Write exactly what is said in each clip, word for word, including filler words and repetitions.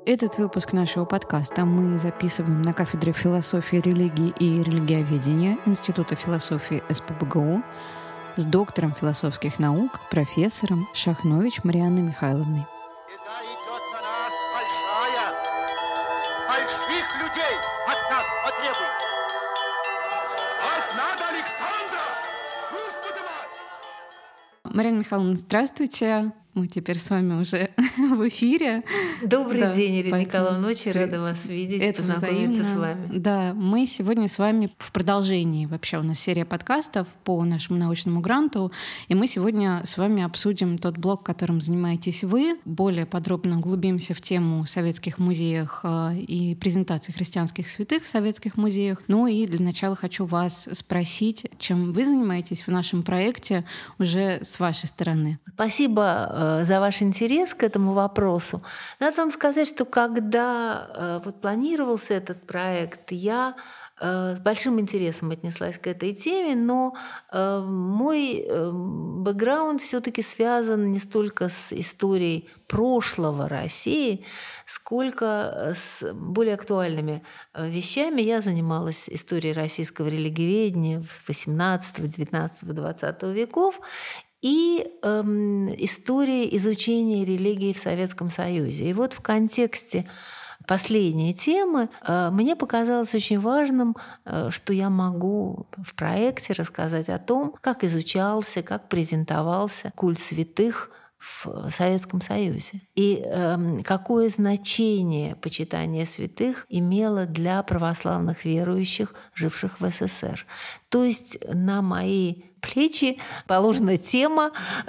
Этот выпуск нашего подкаста мы записываем на кафедре философии, религии и религиоведения Института философии эс пэ бэ гэ у с доктором философских наук, профессором Шахнович Марианной Михайловной. Беда идет на нас большая. Больших людей от нас потребует. От надо Александра! Господи мать! Марьяна Михайловна, здравствуйте. Мы теперь с вами уже в эфире. Добрый да, день, Ирина поэтому... Николаевна. Очень рада вас видеть, Это познакомиться взаимно. с вами. Да, мы сегодня с вами в продолжении. Вообще у нас серия подкастов по нашему научному гранту. И мы сегодня с вами обсудим тот блок, которым занимаетесь вы. Более подробно углубимся в тему советских музеев и презентации христианских святых в советских музеях. Ну и для начала хочу вас спросить, чем вы занимаетесь в нашем проекте уже с вашей стороны. Спасибо за ваш интерес к этому вопросу. Надо вам сказать, что когда вот планировался этот проект, я с большим интересом отнеслась к этой теме, но мой бэкграунд все-таки связан не столько с историей прошлого России, сколько с более актуальными вещами. Я занималась историей российского религиоведения восемнадцатого, девятнадцатого, двадцатого веков и э, истории изучения религии в Советском Союзе. И вот в контексте последней темы э, мне показалось очень важным, э, что я могу в проекте рассказать о том, как изучался, как презентовался культ святых в Советском Союзе и э, какое значение почитание святых имело для православных верующих, живших в эс эс эр. То есть на мои плечи положена тема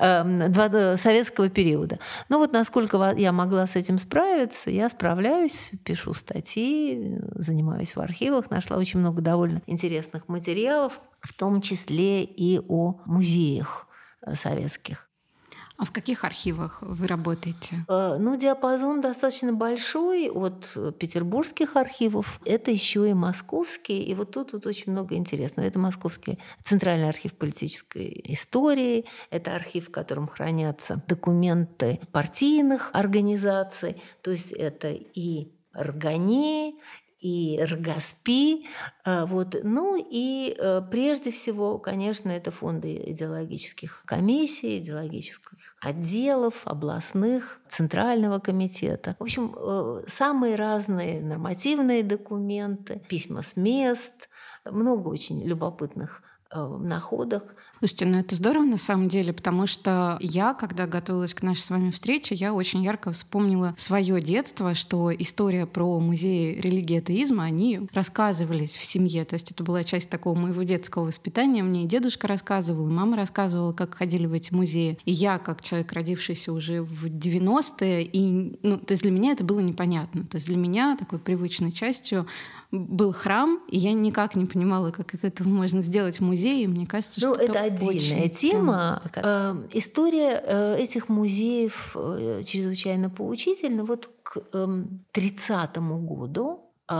э, советского периода. Ну вот насколько я могла с этим справиться, я справляюсь, пишу статьи, занимаюсь в архивах, нашла очень много довольно интересных материалов, в том числе и о музеях советских. А в каких архивах вы работаете? Ну, диапазон достаточно большой, от петербургских архивов. Это еще и московские. И вот тут вот очень много интересного. Это московский Центральный архив политической истории. Это архив, в котором хранятся документы партийных организаций. То есть это и РГАНИ, и РГАСПИ. Вот. Ну и прежде всего, конечно, это фонды идеологических комиссий, идеологических отделов, областных, Центрального комитета. В общем, самые разные нормативные документы, письма с мест, много очень любопытных находок. Слушайте, ну это здорово на самом деле, потому что я, когда готовилась к нашей с вами встрече, я очень ярко вспомнила свое детство, что история про музей религии и атеизма, они рассказывались в семье. То есть это была часть такого моего детского воспитания. Мне и дедушка рассказывал, и мама рассказывала, как ходили в эти музеи. И я, как человек, родившийся уже в девяностые, и, ну, то есть для меня это было непонятно. То есть для меня такой привычной частью был храм, и я никак не понимала, как из этого можно сделать музей. И мне кажется, что ну, это отдельная очень... тема. Э, история э, этих музеев э, чрезвычайно поучительна. Вот к э, тридцатому году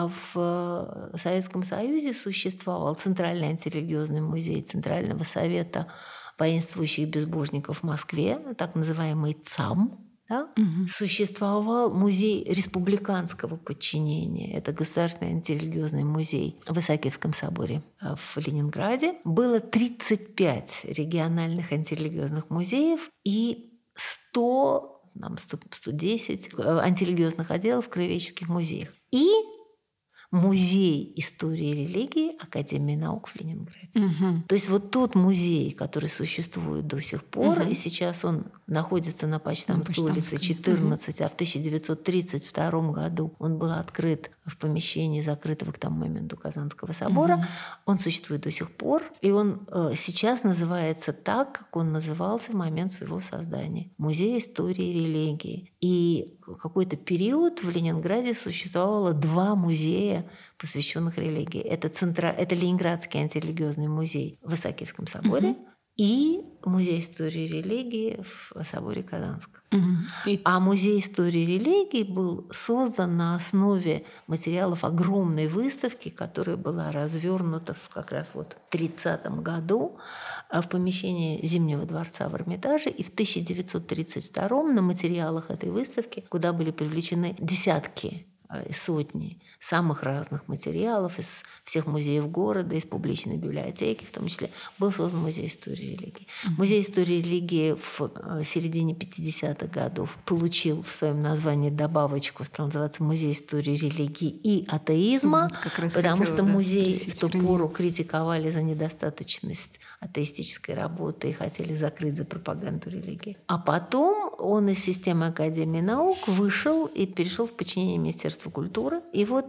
в Советском Союзе существовал Центральный антирелигиозный музей Центрального совета воинствующих безбожников в Москве, так называемый ЦАМ. Да? Угу. Существовал музей республиканского подчинения. Это Государственный антирелигиозный музей в Исаакиевском соборе в Ленинграде. Было тридцать пять региональных антирелигиозных музеев и сто, сто десять антирелигиозных отделов в краеведческих музеях. И музей истории и религии Академии наук в Ленинграде. Угу. То есть вот тот музей, который существует до сих пор, угу. и сейчас он находится на Почтамтской улице четырнадцать, угу. а в тысяча девятьсот тридцать втором году он был открыт в помещении закрытого к тому моменту Казанского собора. Угу. Он существует до сих пор, и он э, сейчас называется так, как он назывался в момент своего создания. Музей истории и религии. И какой-то период в Ленинграде существовало два музея, посвященных религии. Это, центра... это Ленинградский антирелигиозный музей в Исаакиевском соборе, uh-huh. и Музей истории и религии в соборе Казанском. Угу. И... А Музей истории и религии был создан на основе материалов огромной выставки, которая была развернута в, как раз вот в тридцатом году в помещении Зимнего дворца в Эрмитаже. И в тысяча девятьсот тридцать втором на материалах этой выставки, куда были привлечены десятки, сотни самых разных материалов из всех музеев города, из публичной библиотеки, в том числе, был создан Музей истории и религии. Mm-hmm. Музей истории и религии в середине пятидесятых годов получил в своем названии добавочку, стал называться Музей истории, религии и атеизма, mm-hmm. потому хотела, что да, музей в ту пору критиковали за недостаточность атеистической работы и хотели закрыть за пропаганду религии. А потом он из системы Академии наук вышел и перешел в подчинение Министерства культуры. И вот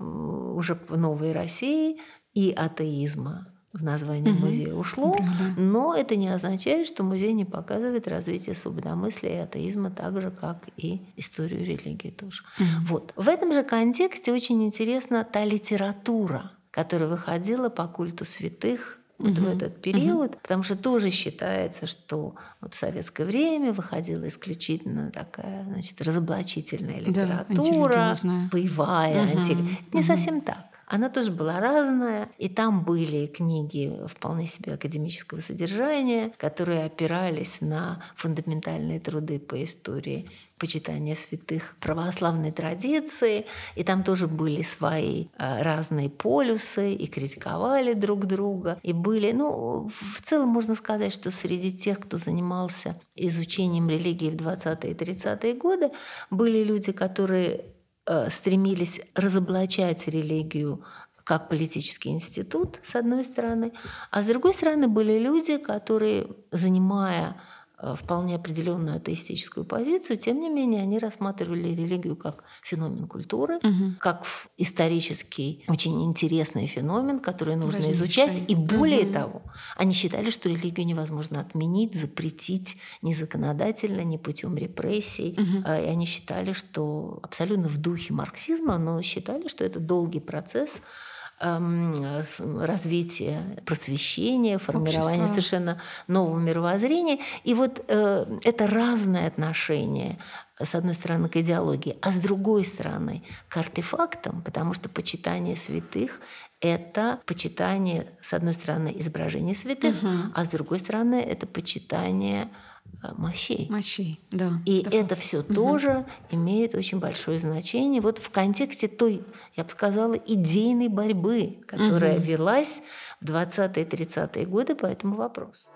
уже в новой России и атеизма в названии угу. музея ушло, Правда. Но это не означает, что музей не показывает развитие свободомыслия и атеизма так же, как и историю религии тоже. Угу. Вот. В этом же контексте очень интересна та литература, которая выходила по культу святых вот uh-huh. в этот период, uh-huh. потому что тоже считается, что вот в советское время выходила исключительно такая, значит, разоблачительная литература, да, боевая, uh-huh. антилегия. Не uh-huh. совсем так. Она тоже была разная, и там были книги вполне себе академического содержания, которые опирались на фундаментальные труды по истории почитания святых православной традиции, и там тоже были свои разные полюсы, и критиковали друг друга, и были, ну, в целом можно сказать, что среди тех, кто занимался изучением религии в двадцатые и тридцатые годы, были люди, которые стремились разоблачать религию как политический институт, с одной стороны, а с другой стороны были люди, которые, занимая вполне определенную атеистическую позицию, тем не менее они рассматривали религию как феномен культуры, угу. как исторический, очень интересный феномен, который нужно Важнейший. изучать. И более угу. того, они считали, что религию невозможно отменить, запретить ни законодательно, ни путем репрессий. Угу. И они считали, что абсолютно в духе марксизма, но считали, что это долгий процесс развития просвещения, формирования Общество. совершенно нового мировоззрения. И вот э, это разное отношение, с одной стороны, к идеологии, а с другой стороны, к артефактам, потому что почитание святых – это почитание, с одной стороны, изображения святых, угу. а с другой стороны, это почитание мощей. Мощей, да. И это, это все угу. тоже имеет очень большое значение вот в контексте той, я бы сказала, идейной борьбы, которая угу. велась в двадцатые-тридцатые годы по этому вопросу.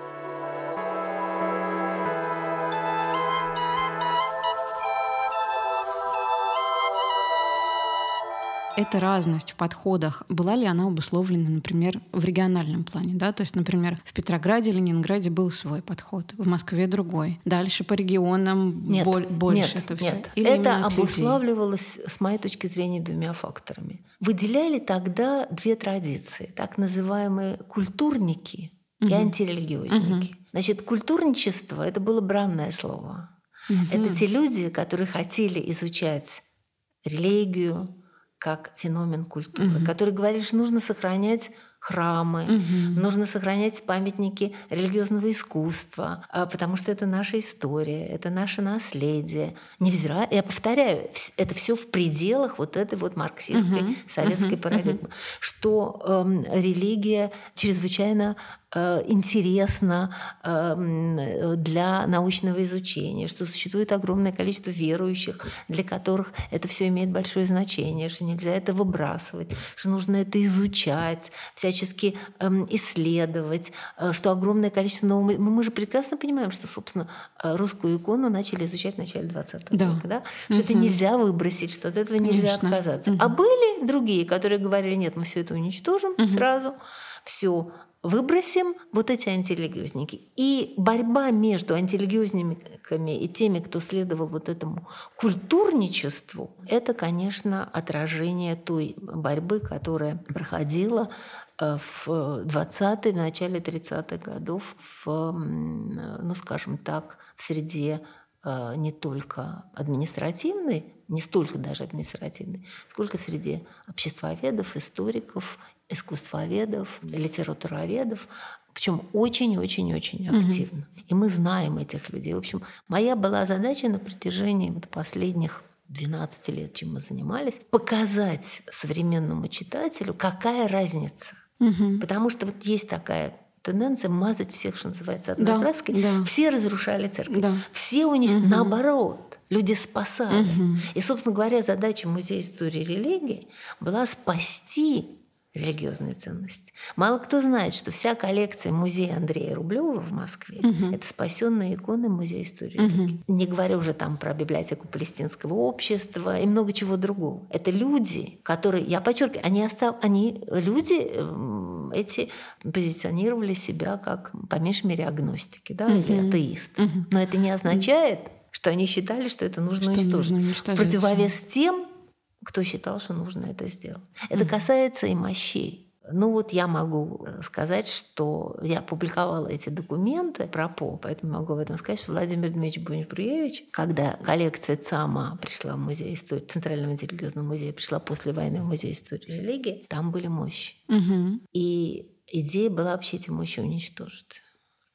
Эта разность в подходах, была ли она обусловлена, например, в региональном плане? Да? То есть, например, в Петрограде, Ленинграде был свой подход, в Москве другой. Дальше по регионам нет, боль, больше нет, это все. Нет, Или это обуславливалось, с моей точки зрения, двумя факторами. Выделяли тогда две традиции, так называемые культурники угу. и антирелигиозники. Угу. Значит, культурничество – это было бранное слово. Угу. Это те люди, которые хотели изучать религию, как феномен культуры, угу. которые говорили, что нужно сохранять храмы, угу. нужно сохранять памятники религиозного искусства, потому что это наша история, это наше наследие. Невзирая, я повторяю, это все в пределах вот этой вот марксистской угу. советской угу. парадигмы, что э, религия чрезвычайно интересно для научного изучения, что существует огромное количество верующих, для которых это все имеет большое значение, что нельзя это выбрасывать, что нужно это изучать, всячески исследовать, что огромное количество нового... Мы же прекрасно понимаем, что, собственно, русскую икону начали изучать в начале двадцатого да. века, да? Что угу. это нельзя выбросить, что от этого нельзя Конечно. отказаться. Угу. А были другие, которые говорили, нет, мы все это уничтожим угу. сразу, все выбросим, вот эти антирелигиозники. И борьба между антирелигиозниками и теми, кто следовал вот этому культурничеству, это, конечно, отражение той борьбы, которая проходила в двадцатые, в начале тридцатых годов, в, ну, скажем так, в среде не только административной, не столько даже административной, сколько в среде обществоведов, историков, искусствоведов, литературоведов, Причем очень-очень-очень активно. Угу. И мы знаем этих людей. В общем, моя была задача на протяжении вот последних двенадцати лет, чем мы занимались, показать современному читателю, какая разница. Угу. Потому что вот есть такая тенденция мазать всех, что называется, одной да, краской. Да. Все разрушали церковь. Да. Все у них угу. наоборот. Люди спасали. Угу. И, собственно говоря, задача Музея истории и религии была спасти религиозные ценности. Мало кто знает, что вся коллекция музея Андрея Рублева в Москве угу. это спасенные иконы Музея истории и религии. Угу. Не говоря уже там про библиотеку Палестинского общества и много чего другого. Это люди, которые, я подчеркиваю, они, остав... они люди эти позиционировали себя как, по меньшей мере, агностики, да, угу. или атеисты. Угу. Но это не означает, что они считали, что это нужно что уничтожить. Нужно в противовес тем, кто считал, что нужно это сделать. Это mm-hmm. касается и мощей. Ну вот я могу сказать, что я публиковала эти документы про По, поэтому могу в этом сказать, что Владимир Дмитриевич Бунич-Бруевич, когда коллекция ЦАМА пришла в музей истории, Центрального антирелигиозного музея, пришла после войны в Музей истории и религии, там были мощи. Mm-hmm. И идея была вообще эти мощи уничтожить.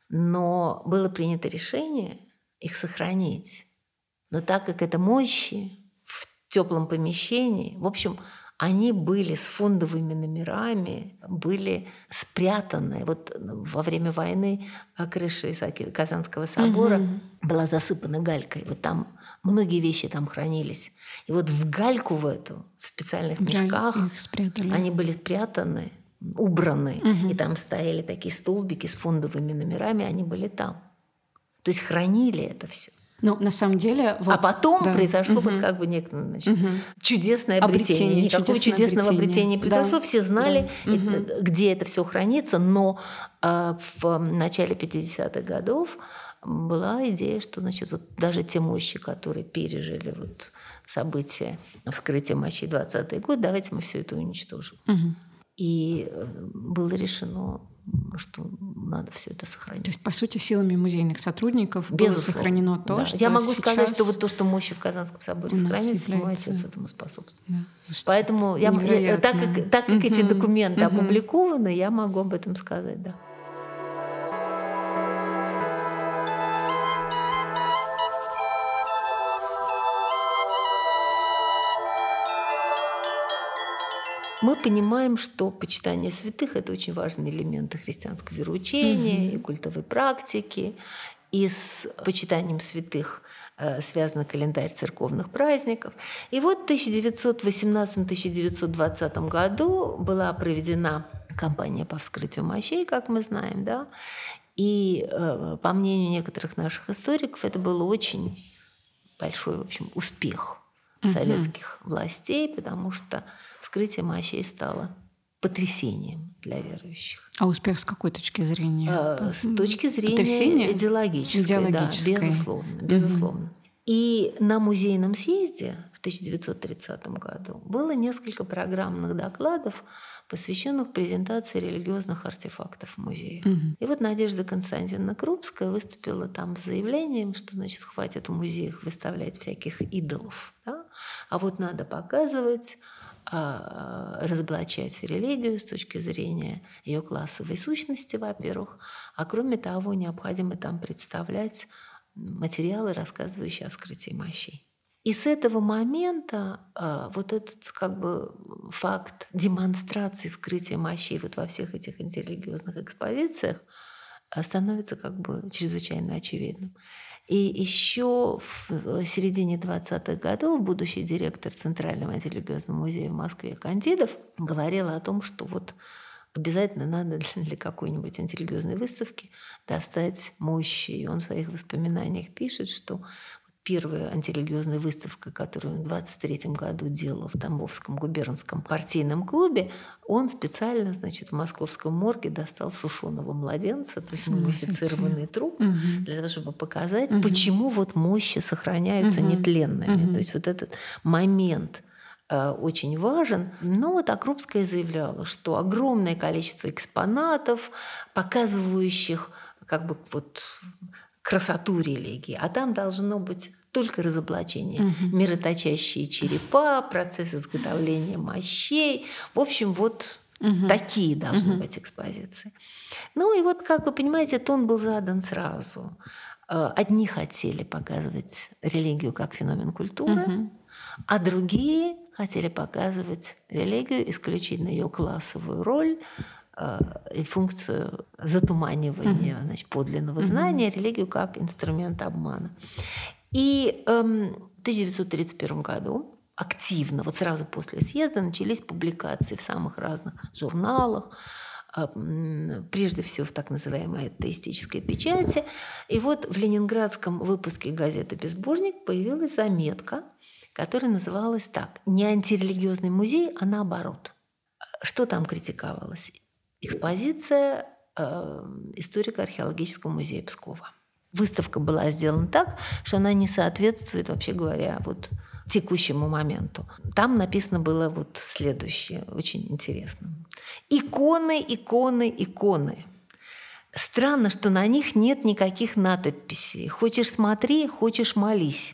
Но было принято решение их сохранить. Но так как это мощи в теплом помещении, в общем, они были с фондовыми номерами, были спрятаны. Вот во время войны крыша Казанского собора угу. была засыпана галькой. Вот там многие вещи там хранились. И вот в гальку в эту, в специальных мешках, они были спрятаны, убраны. Угу. И там стояли такие столбики с фондовыми номерами, они были там. То есть хранили это все. Ну, на самом деле... Вот, а потом да. произошло угу. вот как бы некое, значит, угу. чудесное обретение. обретение. Никакого чудесное чудесного обретения не произошло. Да. Все знали, да. угу. где это все хранится, но э, в начале пятидесятых годов была идея, что, значит, вот даже те мощи, которые пережили вот события вскрытия мощей двадцатый год, давайте мы все это уничтожим. Угу. И было решено, что надо все это сохранить. То есть, по сути, силами музейных сотрудников Безусловно. было сохранено то, да. что Я могу сейчас сказать, что вот то, что мощи в Казанском соборе сохранились, мой отец этому способствует. Да. Поэтому, я, я, так как, так как угу. эти документы угу. опубликованы, я могу об этом сказать, да. Мы понимаем, что почитание святых – это очень важные элементы христианского вероучения mm-hmm. и культовой практики. И с почитанием святых э, связан календарь церковных праздников. И вот в тысяча девятьсот восемнадцатом — тысяча девятьсот двадцатом году была проведена кампания по вскрытию мощей, как мы знаем. Да? И э, по мнению некоторых наших историков, это был очень большой, в общем, успех mm-hmm. советских властей, потому что вскрытие мощей стало потрясением для верующих. А успех с какой точки зрения? А, с точки зрения идеологической, идеологической. Да, безусловно. безусловно. Угу. И на музейном съезде в тысяча девятьсот тридцатом году было несколько программных докладов, посвященных презентации религиозных артефактов в музее. Угу. И вот Надежда Константиновна Крупская выступила там с заявлением, что, значит, хватит в музеях выставлять всяких идолов, да? А вот надо показывать, разоблачать религию с точки зрения ее классовой сущности, во-первых, а кроме того, необходимо там представлять материалы, рассказывающие о вскрытии мощей. И с этого момента вот этот как бы факт демонстрации вскрытия мощей вот во всех этих антирелигиозных экспозициях становится как бы чрезвычайно очевидным. И еще в середине двадцатых годов будущий директор Центрального антирелигиозного музея в Москве Кандидов говорил о том, что вот обязательно надо для какой-нибудь антирелигиозной выставки достать мощи. И он в своих воспоминаниях пишет, что первая антирелигиозная выставка, которую он в двадцать третьем году делал в Тамбовском губернском партийном клубе, он специально, значит, в московском морге достал сушеного младенца, то есть мумифицированный труп, угу. для того, чтобы показать, угу. почему вот мощи сохраняются угу. нетленными. Угу. То есть вот этот момент э, очень важен. Но вот Крупская заявляла, что огромное количество экспонатов, показывающих как бы вот красоту религии, а там должно быть только разоблачение. Угу. Мироточащие черепа, процесс изготовления мощей. В общем, вот Угу. Такие должны угу. быть экспозиции. Ну и вот, как вы понимаете, тон был задан сразу. Одни хотели показывать религию как феномен культуры, угу. а другие хотели показывать религию, исключительно ее классовую роль и функцию затуманивания mm-hmm. значит, подлинного mm-hmm. знания, религию как инструмент обмана. И эм, в тысяча девятьсот тридцать первом году активно, вот сразу после съезда, начались публикации в самых разных журналах, э, прежде всего в так называемой атеистической печати. И вот в ленинградском выпуске газеты «Безбожник» появилась заметка, которая называлась так: «Не антирелигиозный музей, а наоборот». Что там критиковалось? Экспозиция э, историко-археологического музея Пскова. Выставка была сделана так, что она не соответствует, вообще говоря, вот текущему моменту. Там написано было вот следующее, очень интересно. «Иконы, иконы, иконы. Странно, что на них нет никаких надписей. Хочешь – смотри, хочешь – молись.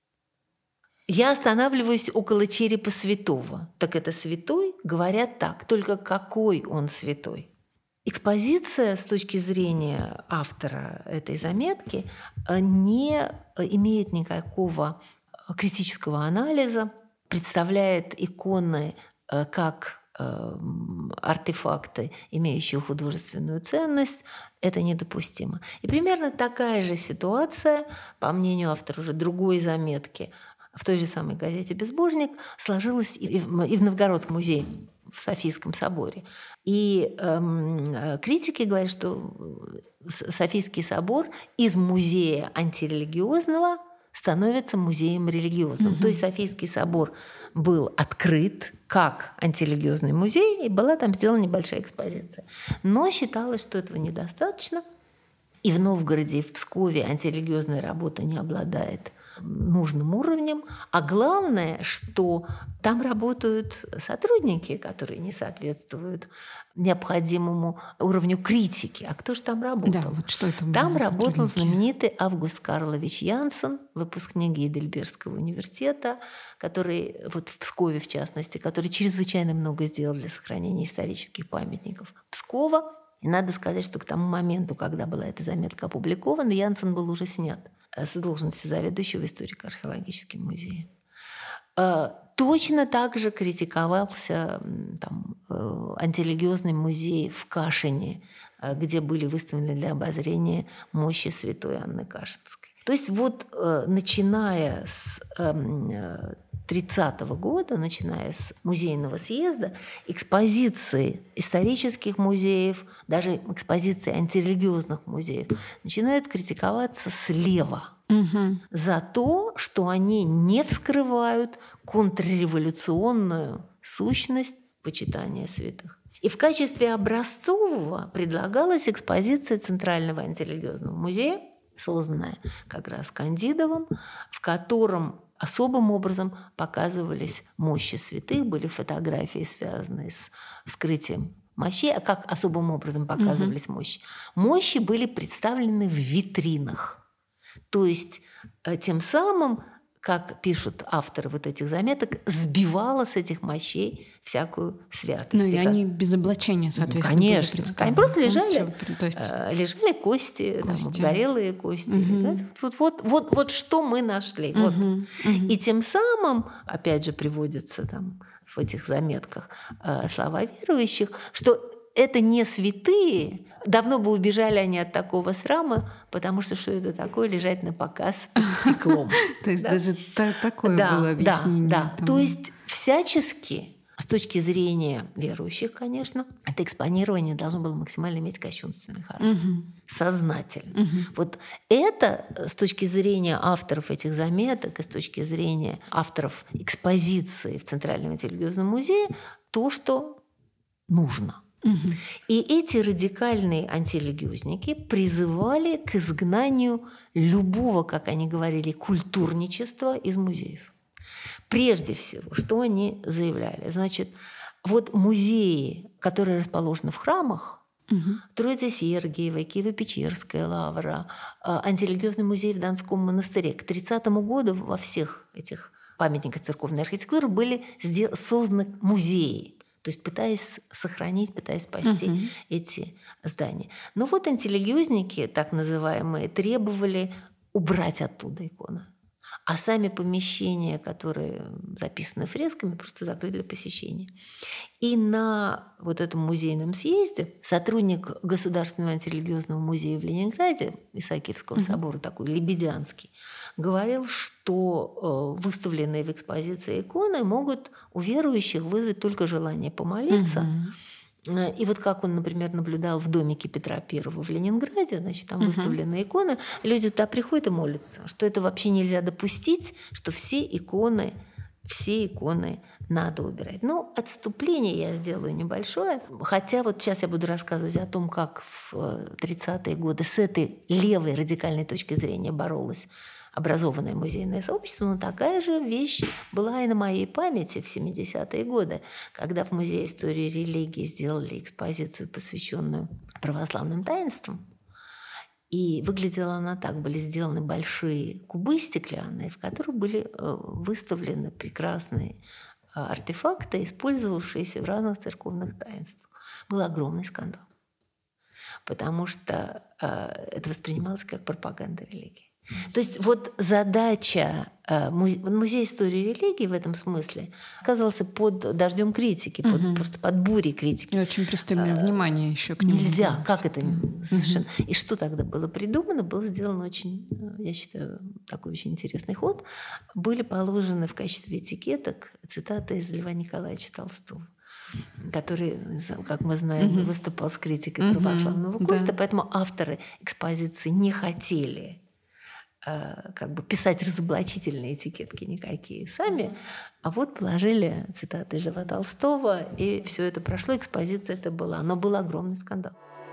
Я останавливаюсь около черепа святого. Так это святой? Говорят так. Только какой он святой?» Экспозиция с точки зрения автора этой заметки не имеет никакого критического анализа, представляет иконы как артефакты, имеющие художественную ценность. Это недопустимо. И примерно такая же ситуация, по мнению автора уже другой заметки, в той же самой газете «Безбожник» сложилась и в, и в Новгородском музее, в Софийском соборе. И эм, критики говорят, что Софийский собор из музея антирелигиозного становится музеем религиозным. Mm-hmm. То есть Софийский собор был открыт как антирелигиозный музей, и была там сделана небольшая экспозиция. Но считалось, что этого недостаточно. И в Новгороде, и в Пскове антирелигиозная работа не обладает нужным уровнем, а главное, что там работают сотрудники, которые не соответствуют необходимому уровню критики. А кто же там работал? Да, вот что это там работал знаменитый Август Карлович Янсен, выпускник Гейдельбергского университета, который, вот в Пскове в частности, который чрезвычайно много сделал для сохранения исторических памятников Пскова. И надо сказать, что к тому моменту, когда была эта заметка опубликована, Янсен был уже снят с должности заведующего историко-археологическим музеем. Точно так же критиковался там, антирелигиозный музей в Кашине, где были выставлены для обозрения мощи святой Анны Кашинской. То есть вот начиная с тридцатого года, начиная с музейного съезда, экспозиции исторических музеев, даже экспозиции антирелигиозных музеев начинают критиковаться слева. Угу. За то, что они не вскрывают контрреволюционную сущность почитания святых. И в качестве образцового предлагалась экспозиция Центрального антирелигиозного музея, созданная как раз Кандидовым, в котором особым образом показывались мощи святых, были фотографии, связанные с вскрытием мощей. А как особым образом показывались угу. мощи? Мощи были представлены в витринах. То есть тем самым, как пишут авторы вот этих заметок, сбивала с этих мощей всякую святость. Ну и они без облачения, соответственно, ну, конечно. Они просто лежали, то есть... лежали кости, кости. Там, обгорелые кости. Угу. Да? Вот, вот, вот, вот что мы нашли. Угу. Вот. Угу. И тем самым, опять же, приводятся там, в этих заметках слова верующих, что это не святые. Давно бы убежали они от такого срама, потому что что это такое лежать на показ под стеклом. То есть даже такое было объяснение. Да, да. То есть всячески, с точки зрения верующих, конечно, это экспонирование должно было максимально иметь кощунственный характер. Сознательно. Вот это с точки зрения авторов этих заметок и с точки зрения авторов экспозиции в Центральном антирелигиозном музее то, что нужно. И эти радикальные антирелигиозники призывали к изгнанию любого, как они говорили, культурничества из музеев. Прежде всего, что они заявляли? Значит, вот музеи, которые расположены в храмах, угу. Троице-Сергиева, Киево-Печерская лавра, антирелигиозный музей в Донском монастыре, к тридцатому году во всех этих памятниках церковной архитектуры были созданы музеи. То есть пытаясь сохранить, пытаясь спасти Мгм. эти здания. Но вот антилегиозники, так называемые, требовали убрать оттуда иконы. А сами помещения, которые записаны фресками, просто закрыли для посещения. И на вот этом музейном съезде сотрудник Государственного антирелигиозного музея в Ленинграде, Исаакиевского Мгм. собора, такой Лебедянский, говорил, что э, выставленные в экспозиции иконы могут у верующих вызвать только желание помолиться. Мгм. Э, И вот как он, например, наблюдал в домике Петра Первого в Ленинграде, значит, там Мгм. выставлены иконы, люди туда приходят и молятся, что это вообще нельзя допустить, что все иконы, все иконы надо убирать. Ну, отступление я сделаю небольшое, хотя вот сейчас я буду рассказывать о том, как в э, тридцатые годы с этой левой радикальной точки зрения боролась образованное музейное сообщество, но такая же вещь была и на моей памяти в семидесятые годы, когда в Музее истории религии сделали экспозицию, посвященную православным таинствам. И выглядела она так. Были сделаны большие кубы стеклянные, в которых были э, выставлены прекрасные э, артефакты, использовавшиеся в разных церковных таинствах. Был огромный скандал, потому что э, это воспринималось как пропаганда религии. То есть вот задача э, музе- музея истории религии в этом смысле оказывался под дождем критики, под, Мгм. просто под бурей критики. И очень пристальное внимание еще к нему. Нельзя, было. как это Мгм. совершенно. И что тогда было придумано? Был сделан очень, э, я считаю, такой очень интересный ход. Были положены в качестве этикеток цитаты из Льва Николаевича Толстого, который, как мы знаем, Мгм. выступал с критикой Мгм. православного Да. культа, поэтому авторы экспозиции не хотели э, как бы писать разоблачительные этикетки никакие сами, а вот положили цитаты из Льва Толстого, и все это прошло, экспозиция это была. Но был огромный скандал.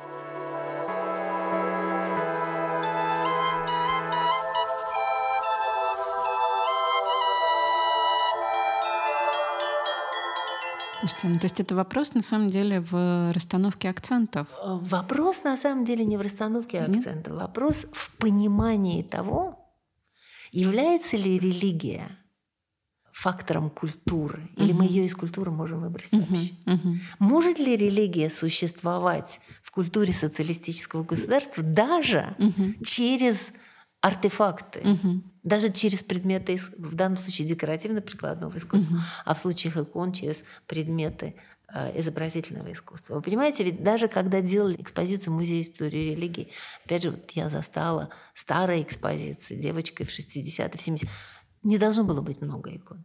Слушайте, ну, то есть это вопрос на самом деле в расстановке акцентов. Э, Вопрос на самом деле не в расстановке Нет? акцента, вопрос в понимании того, является ли религия фактором культуры, или мы Мгм. ее из культуры можем выбросить Мгм. вообще. Мгм. Может ли религия существовать в культуре социалистического государства даже Мгм. через артефакты, Мгм. даже через предметы, ис- в данном случае декоративно-прикладного искусства, Мгм. а в случаях икон через предметы э, изобразительного искусства. Вы понимаете, ведь даже когда делали экспозицию Музея истории религии, опять же, вот я застала старые экспозиции, девочкой в шестидесятые, в семидесятые, не должно было быть много икон.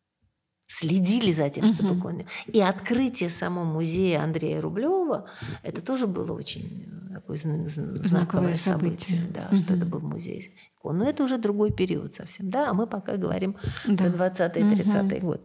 Следили за тем, чтобы Мгм. иконы. И открытие самого музея Андрея Рублева, это тоже было очень э, такое зна- зна- знаковое событие, событие. да, что Мгм. это был музей икон. Но это уже другой период совсем, да, а мы пока говорим Да. про двадцатый-тридцатый год.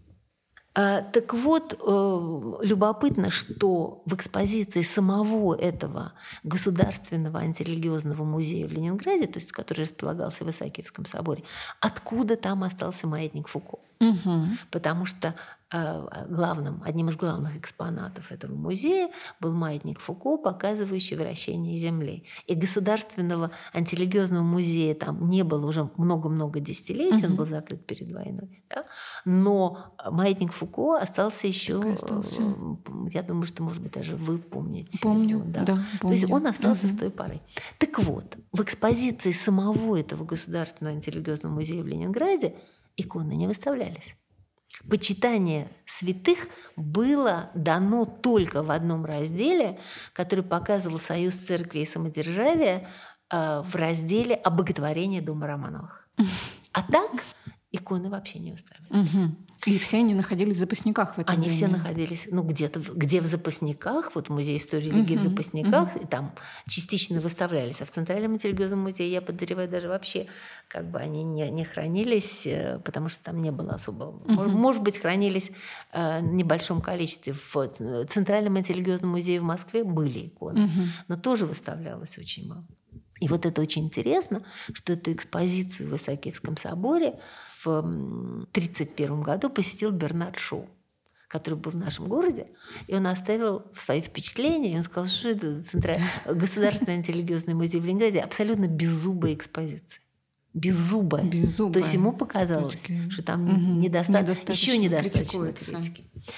А, так вот, э, любопытно, что в экспозиции самого этого Государственного антирелигиозного музея в Ленинграде, то есть который располагался в Исаакиевском соборе, откуда там остался маятник Фуко. Мгм. Потому что э, главным, одним из главных экспонатов этого музея был маятник Фуко, показывающий вращение Земли. И Государственного антирелигиозного музея там не было уже много-много десятилетий, Мгм. он был закрыт перед войной. Да? Но маятник Фуко остался еще, Так и остался. э, я думаю, что, может быть, даже вы помните. Помню, его, да. да, То есть помню. он остался Мгм. с той поры. Так вот, в экспозиции самого этого Государственного антирелигиозного музея в Ленинграде иконы не выставлялись. Почитание святых было дано только в одном разделе, который показывал Союз церкви и самодержавия э, в разделе «Обоготворение дома Романовых». А так иконы вообще не выставлялись. Мгм. И все они находились в запасниках в это Они время. все находились, ну, где-то, в- где в запасниках, вот в Музее истории религии в Мгм, запасниках, и там частично выставлялись. А в Центральном антирелигиозном музее, я подозреваю, даже вообще как бы они не, не хранились, э, потому что там не было особо... Мож- Может быть, хранились э, в небольшом количестве. В Ц- Центральном антирелигиозном музее в Москве были иконы, Мгм. но тоже выставлялось очень мало. И вот это очень интересно, что эту экспозицию в Исаакиевском соборе в м, тридцать первом году посетил Бернард Шоу, который был в нашем городе, и он оставил свои впечатления, и он сказал, что это центра... Государственный антирелигиозный музей в Ленинграде абсолютно беззубая экспозиция. Беззубая. Беззубая То есть ему с показалось, точки- что там Мгм. недоста... Недостаточно еще недостаточно критикуется. критики.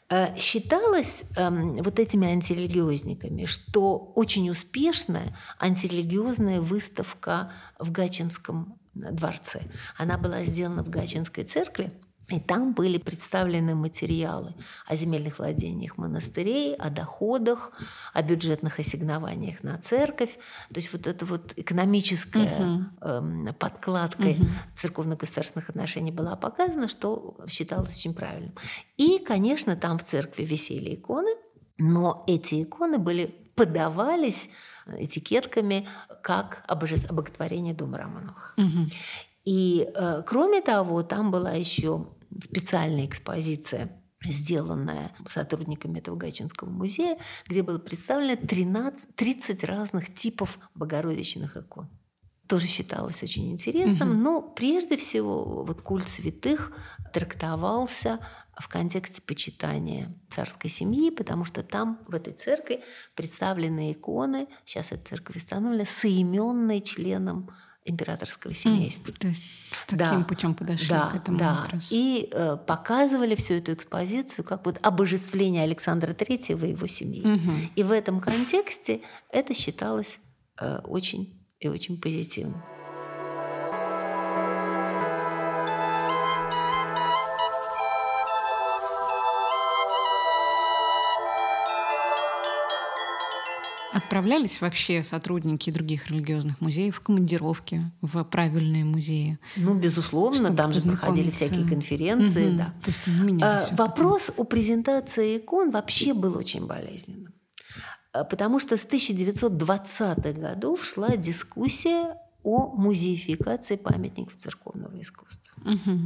Считалось эм, вот этими антирелигиозниками, что очень успешная антирелигиозная выставка в Гатчинском дворце. Она была сделана в Гатчинской церкви, и там были представлены материалы о земельных владениях монастырей, о доходах, о бюджетных ассигнованиях на церковь. То есть вот эта вот экономическая uh-huh. э, подкладка uh-huh. церковно-государственных отношений была показана, что считалось очень правильным. И, конечно, там в церкви висели иконы, но эти иконы были, подавались этикетками как обоготворение дома Романовых. Uh-huh. И, э, кроме того, там была еще специальная экспозиция, сделанная сотрудниками этого Гатчинского музея, где было представлено тринадцать, тридцать разных типов богородичных икон. Тоже считалось очень интересным, угу. но прежде всего вот культ святых трактовался в контексте почитания царской семьи, потому что там, в этой церкви, представлены иконы, сейчас эта церковь установлена, соименные членом императорского семейства. Mm, то есть таким да, путем подошли да, к этому да. вопросу. И э, показывали всю эту экспозицию как вот обожествление Александра Третьего и его семьи. Mm-hmm. И в этом контексте это считалось э, очень и очень позитивным. Отправлялись вообще сотрудники других религиозных музеев в командировки в правильные музеи? Ну, безусловно, там же проходили всякие конференции. Угу. Да. То есть они менялись. А, вопрос о презентации икон вообще был очень болезненным. Потому что с тысяча девятьсот двадцатых годов шла дискуссия о музеификации памятников церковного искусства. Угу.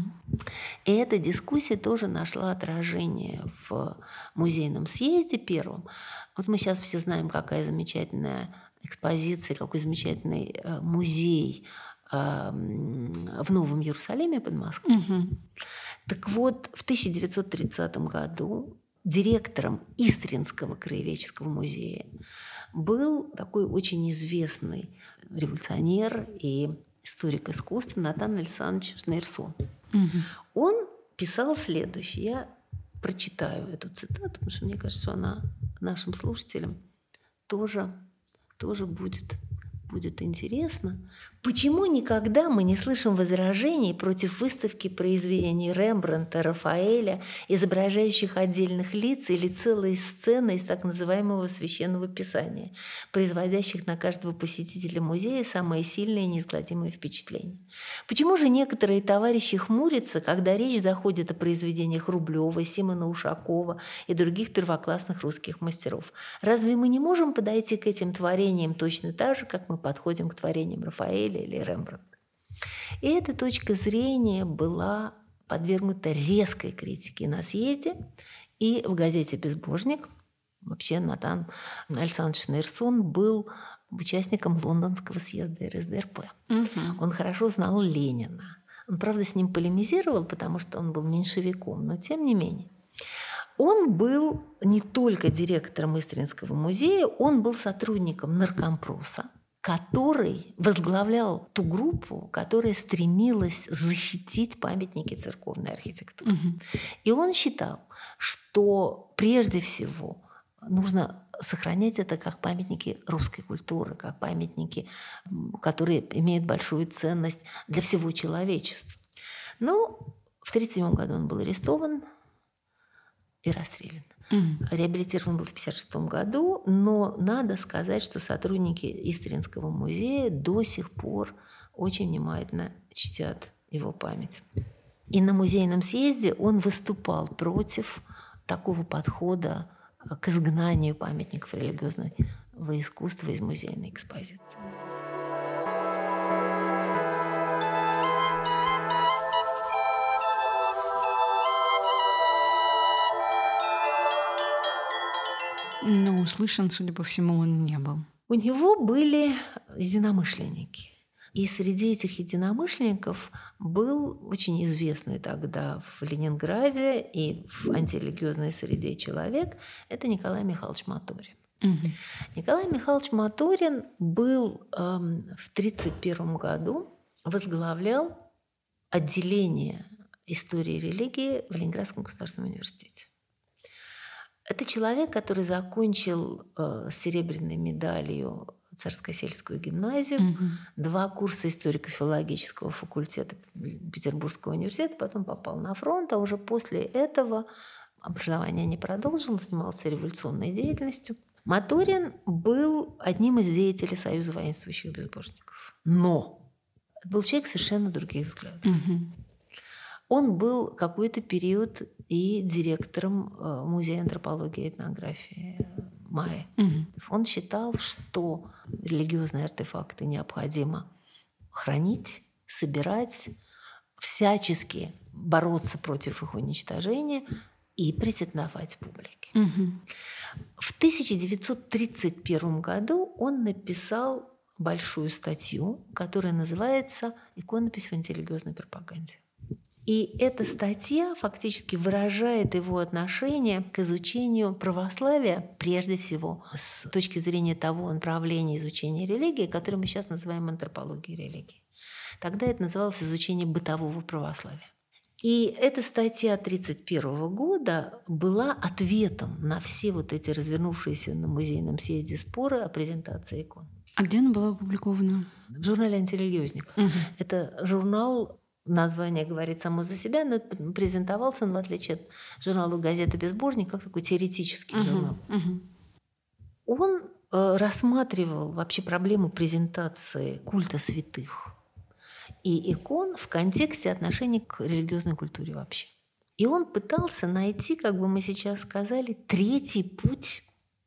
И эта дискуссия тоже нашла отражение в музейном съезде первом. Вот мы сейчас все знаем, какая замечательная экспозиция, какой замечательный э, музей э, в Новом Иерусалиме под Москвой. Угу. Так вот, в тысяча девятьсот тридцатом году директором Истринского краеведческого музея был такой очень известный революционер и историк искусства Натан Александрович Шнейрсон. Угу. Он писал следующее. Я прочитаю эту цитату, потому что мне кажется, что она нашим слушателям тоже, тоже будет, будет интересно. Почему никогда мы не слышим возражений против выставки произведений Рембрандта, Рафаэля, изображающих отдельных лиц или целые сцены из так называемого священного писания, производящих на каждого посетителя музея самое сильное и неизгладимое впечатление? Почему же некоторые товарищи хмурятся, когда речь заходит о произведениях Рублева, Симона Ушакова и других первоклассных русских мастеров? Разве мы не можем подойти к этим творениям точно так же, как мы подходим к творениям Рафаэля или Рембрандта? И эта точка зрения была подвергнута резкой критике на съезде, и в газете «Безбожник» вообще Натан Александрович Шнейрсон был участником Лондонского съезда эр эс дэ эр пэ. Угу. Он хорошо знал Ленина. Он, правда, с ним полемизировал, потому что он был меньшевиком, но тем не менее. Он был не только директором Истринского музея, он был сотрудником наркомпроса, который возглавлял ту группу, которая стремилась защитить памятники церковной архитектуры. Угу. И он считал, что прежде всего нужно сохранять это как памятники русской культуры, как памятники, которые имеют большую ценность для всего человечества. Но в тысяча девятьсот тридцать седьмом году он был арестован и расстрелян. Mm. Реабилитирован был в тысяча девятьсот пятьдесят шестом году, но надо сказать, что сотрудники Истринского музея до сих пор очень внимательно чтят его память. И на музейном съезде он выступал против такого подхода к изгнанию памятников религиозного искусства из музейной экспозиции. Но услышан, судя по всему, он не был. У него были единомышленники. И среди этих единомышленников был очень известный тогда в Ленинграде и в антирелигиозной среде человек – это Николай Михайлович Моторин. Угу. Николай Михайлович Моторин был эм, в тридцать первом году, возглавлял отделение истории и религии в Ленинградском государственном университете. Это человек, который закончил э, с серебряной медалью Царско-сельскую гимназию, Мгм. два курса историко-филологического факультета Петербургского университета, потом попал на фронт, а уже после этого образование не продолжил, занимался революционной деятельностью. Моторин был одним из деятелей Союза воинствующих безбожников. Но был человек совершенно других взглядов. Мгм. Он был какой-то период и директором э, Музея антропологии и этнографии МАЭ. Мгм. Он считал, что религиозные артефакты необходимо хранить, собирать, всячески бороться против их уничтожения и презентовать публике. Мгм. В тысяча девятьсот тридцать первом году он написал большую статью, которая называется «Иконопись в антирелигиозной пропаганде». И эта статья фактически выражает его отношение к изучению православия, прежде всего с точки зрения того направления изучения религии, которое мы сейчас называем антропологией религии. Тогда это называлось изучение бытового православия. И эта статья тысяча девятьсот тридцать первого года была ответом на все вот эти развернувшиеся на музейном съезде споры о презентации икон. А где она была опубликована? В журнале «Антирелигиозник». Мгм. Это журнал, название говорит само за себя, но презентовался он, в отличие от журнала «Газета Безбожник», как такой теоретический Мгм. журнал. Мгм. Он э, рассматривал вообще проблему презентации культа святых и икон в контексте отношений к религиозной культуре вообще. И он пытался найти, как бы мы сейчас сказали, третий путь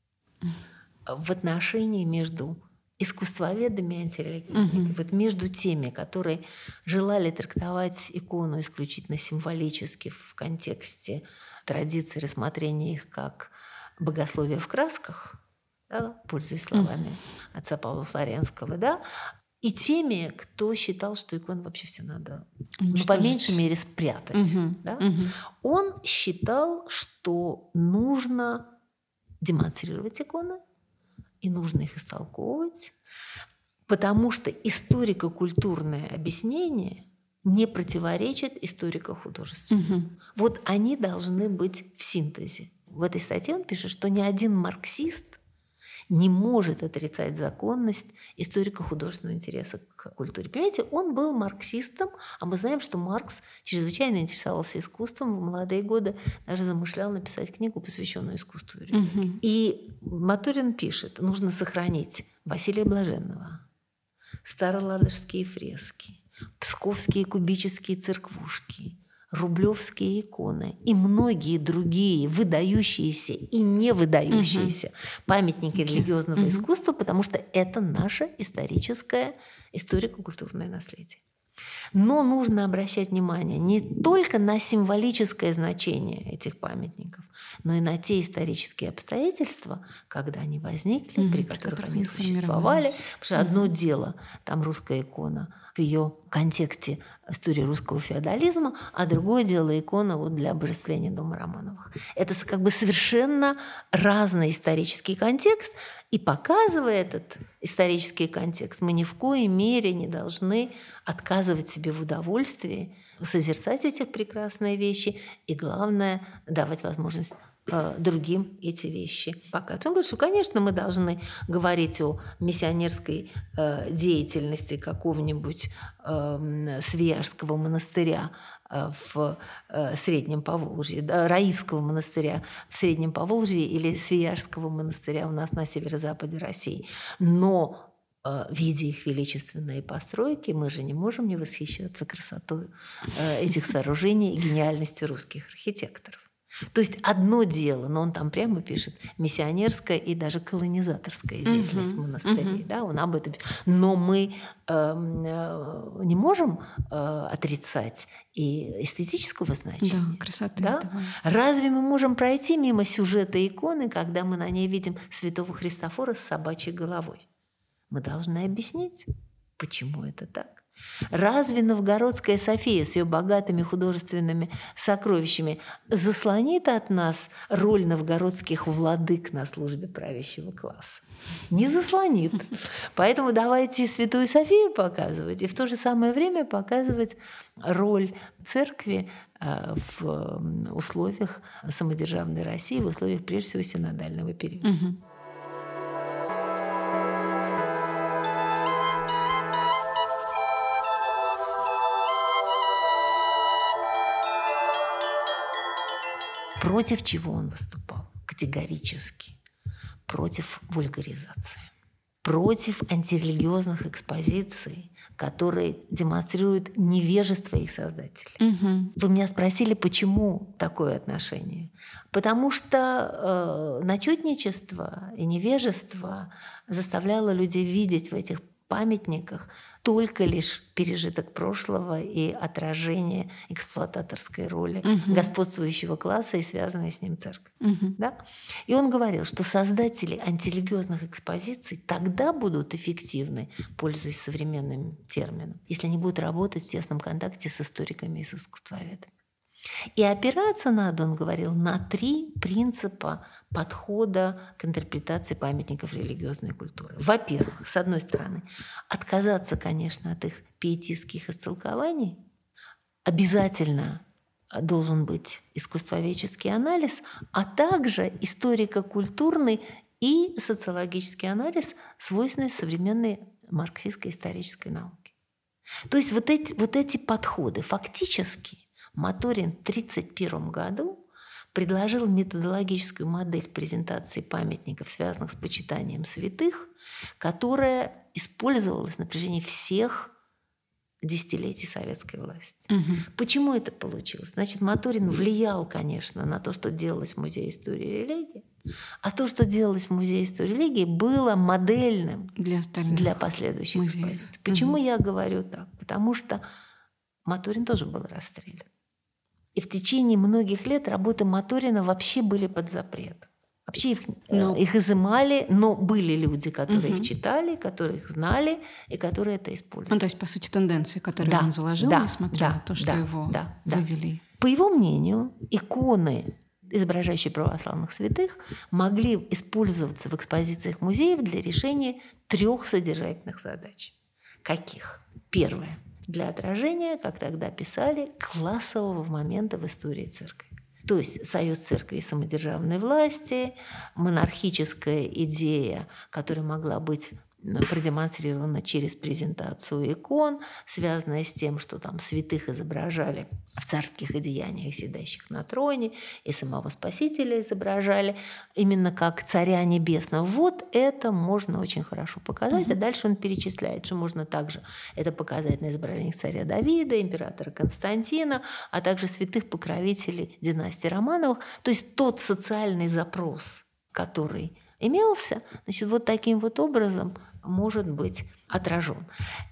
в отношении между искусствоведами и антирелигиозниками. Мгм. Вот между теми, которые желали трактовать икону исключительно символически в контексте традиции рассмотрения их как богословие в красках, да, пользуясь словами отца Павла Флоренского, да, и теми, кто считал, что иконы вообще все надо, ну, по Уничтожить. меньшей мере, спрятать. Мгм. Да? Мгм. Он считал, что нужно демонстрировать иконы и нужно их истолковывать, потому что историко-культурное объяснение не противоречит историко-художественному. Мгм. Вот они должны быть в синтезе. В этой статье он пишет, что ни один марксист не может отрицать законность историко-художественного интереса к культуре. Понимаете, он был марксистом, а мы знаем, что Маркс чрезвычайно интересовался искусством. В молодые годы даже замышлял написать книгу, посвященную искусству и религии. Мгм. И Моторин пишет, нужно сохранить Василия Блаженного, староладожские фрески, псковские кубические церквушки, рублевские иконы и многие другие выдающиеся и не выдающиеся памятники религиозного Мгм. искусства, потому что это наше историческое, историко-культурное наследие. Но нужно обращать внимание не только на символическое значение этих памятников, но и на те исторические обстоятельства, когда они возникли, Мгм, при при которых которых они они существовали. сформировались. Потому что одно дело, там русская икона в ее контексте истории русского феодализма, а другое дело икона вот для обожествления дома Романовых. Это как бы совершенно разный исторический контекст, и показывая этот исторический контекст, мы ни в коей мере не должны отказывать себе в удовольствии созерцать эти прекрасные вещи и, главное, давать возможность э, другим эти вещи показывать. Он говорит, что, конечно, мы должны говорить о миссионерской э, деятельности какого-нибудь э, Свияжского монастыря э, в э, Среднем Поволжье, да, Раивского монастыря в Среднем Поволжье или Свияжского монастыря у нас на северо-западе России. Но э, видя их величественные постройки, мы же не можем не восхищаться красотой э, этих сооружений и гениальностью русских архитекторов. То есть одно дело, но он там прямо пишет, миссионерская и даже колонизаторская деятельность Мгм, монастырей. мгм. Да, он об этом пишет. Но мы э, э, не можем э, отрицать и эстетического значения. Да, красоты Да? этого. Разве мы можем пройти мимо сюжета иконы, когда мы на ней видим святого Христофора с собачьей головой? Мы должны объяснить, почему это так. Разве Новгородская София с ее богатыми художественными сокровищами заслонит от нас роль новгородских владык на службе правящего класса? Не заслонит. Поэтому давайте Святую Софию показывать и в то же самое время показывать роль церкви в условиях самодержавной России, в условиях, прежде всего, синодального периода. Угу. Против чего он выступал? Категорически. Против вульгаризации. Против антирелигиозных экспозиций, которые демонстрируют невежество их создателей. Угу. Вы меня спросили, почему такое отношение? Потому что э, начетничество и невежество заставляло людей видеть в этих памятниках только лишь пережиток прошлого и отражение эксплуататорской роли угу. господствующего класса и связанной с ним церковь. Угу. Да? И он говорил, что создатели антирелигиозных экспозиций тогда будут эффективны, пользуясь современным термином, если они будут работать в тесном контакте с историками и с искусствоведами. И опираться надо, он говорил, на три принципа подхода к интерпретации памятников религиозной культуры. Во-первых, с одной стороны, отказаться, конечно, от их пиетистских истолкований. Обязательно должен быть искусствоведческий анализ, а также историко-культурный и социологический анализ, свойственный современной марксистской исторической науке. То есть вот эти, вот эти подходы фактически Моторин в тысяча девятьсот тридцать первом году предложил методологическую модель презентации памятников, связанных с почитанием святых, которая использовалась на протяжении всех десятилетий советской власти. Угу. Почему это получилось? Значит, Моторин влиял, конечно, на то, что делалось в Музее истории и религии, а то, что делалось в Музее истории и религии, было модельным для, для последующих музеев. экспозиций. Почему угу. я говорю так? Потому что Моторин тоже был расстрелян. И в течение многих лет работы Моторина вообще были под запретом. Вообще их, но... их изымали, но были люди, которые угу. их читали, которые их знали и которые это использовали. Ну, то есть, по сути, тенденции, которые да, он заложил, да, несмотря да, на то, что да, его да, вывели. Да. По его мнению, иконы, изображающие православных святых, могли использоваться в экспозициях музеев для решения трех содержательных задач. Каких? Первое. Для отражения, как тогда писали, классового момента в истории церкви. То есть союз церкви и самодержавной власти, монархическая идея, которая могла быть продемонстрирована через презентацию икон, связанная с тем, что там святых изображали в царских одеяниях, сидящих на троне, и самого Спасителя изображали именно как царя небесного. Вот это можно очень хорошо показать. А дальше он перечисляет, что можно также это показать на изображениях царя Давида, императора Константина, а также святых покровителей династии Романовых. То есть тот социальный запрос, который имелся, значит, вот таким вот образом может быть отражен.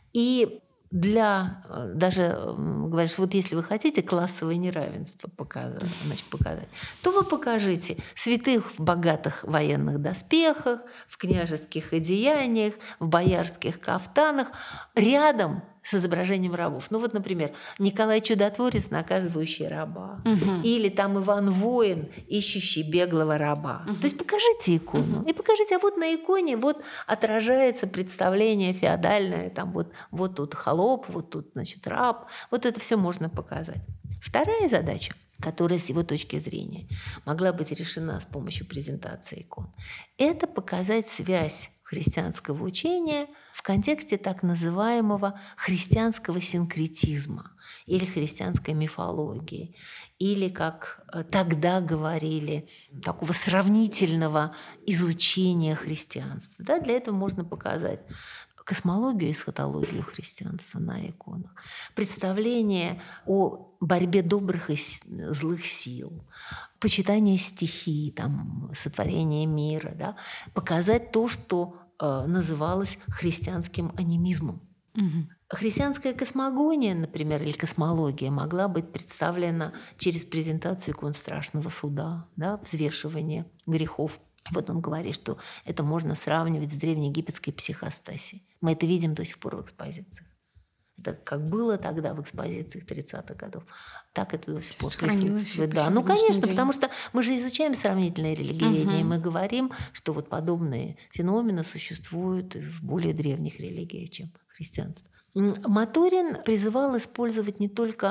И для, даже говоришь, вот если вы хотите классовое неравенство показать, значит, показать, то вы покажите святых в богатых военных доспехах, в княжеских одеяниях, в боярских кафтанах, рядом с изображением рабов. Ну вот, например, Николай Чудотворец, наказывающий раба. Угу. Или там Иван Воин, ищущий беглого раба. Угу. То есть покажите икону. Угу. И покажите, а вот на иконе вот отражается представление феодальное. Там вот, вот тут холоп, вот тут, значит, раб. Вот это все можно показать. Вторая задача, которая с его точки зрения могла быть решена с помощью презентации икон, это показать связь христианского учения в контексте так называемого христианского синкретизма или христианской мифологии, или, как тогда говорили, такого сравнительного изучения христианства. Да, для этого можно показать космологию и эсхатологию христианства на иконах, представление о борьбе добрых и злых сил, почитание стихий, там, сотворение мира, да, показать то, что э, называлось христианским анимизмом. Угу. Христианская космогония, например, или космология могла быть представлена через презентацию икон Страшного Суда, да, взвешивание грехов. Вот он говорит, что это можно сравнивать с древнеегипетской психостасией. Мы это видим до сих пор в экспозициях. Это как было тогда в экспозициях тридцатых годов, так это до сих пор присутствует. Да. Ну, конечно, день. Потому что мы же изучаем сравнительное религиоведение, угу. и мы говорим, что вот подобные феномены существуют в более древних религиях, чем христианство. Моторин призывал использовать не только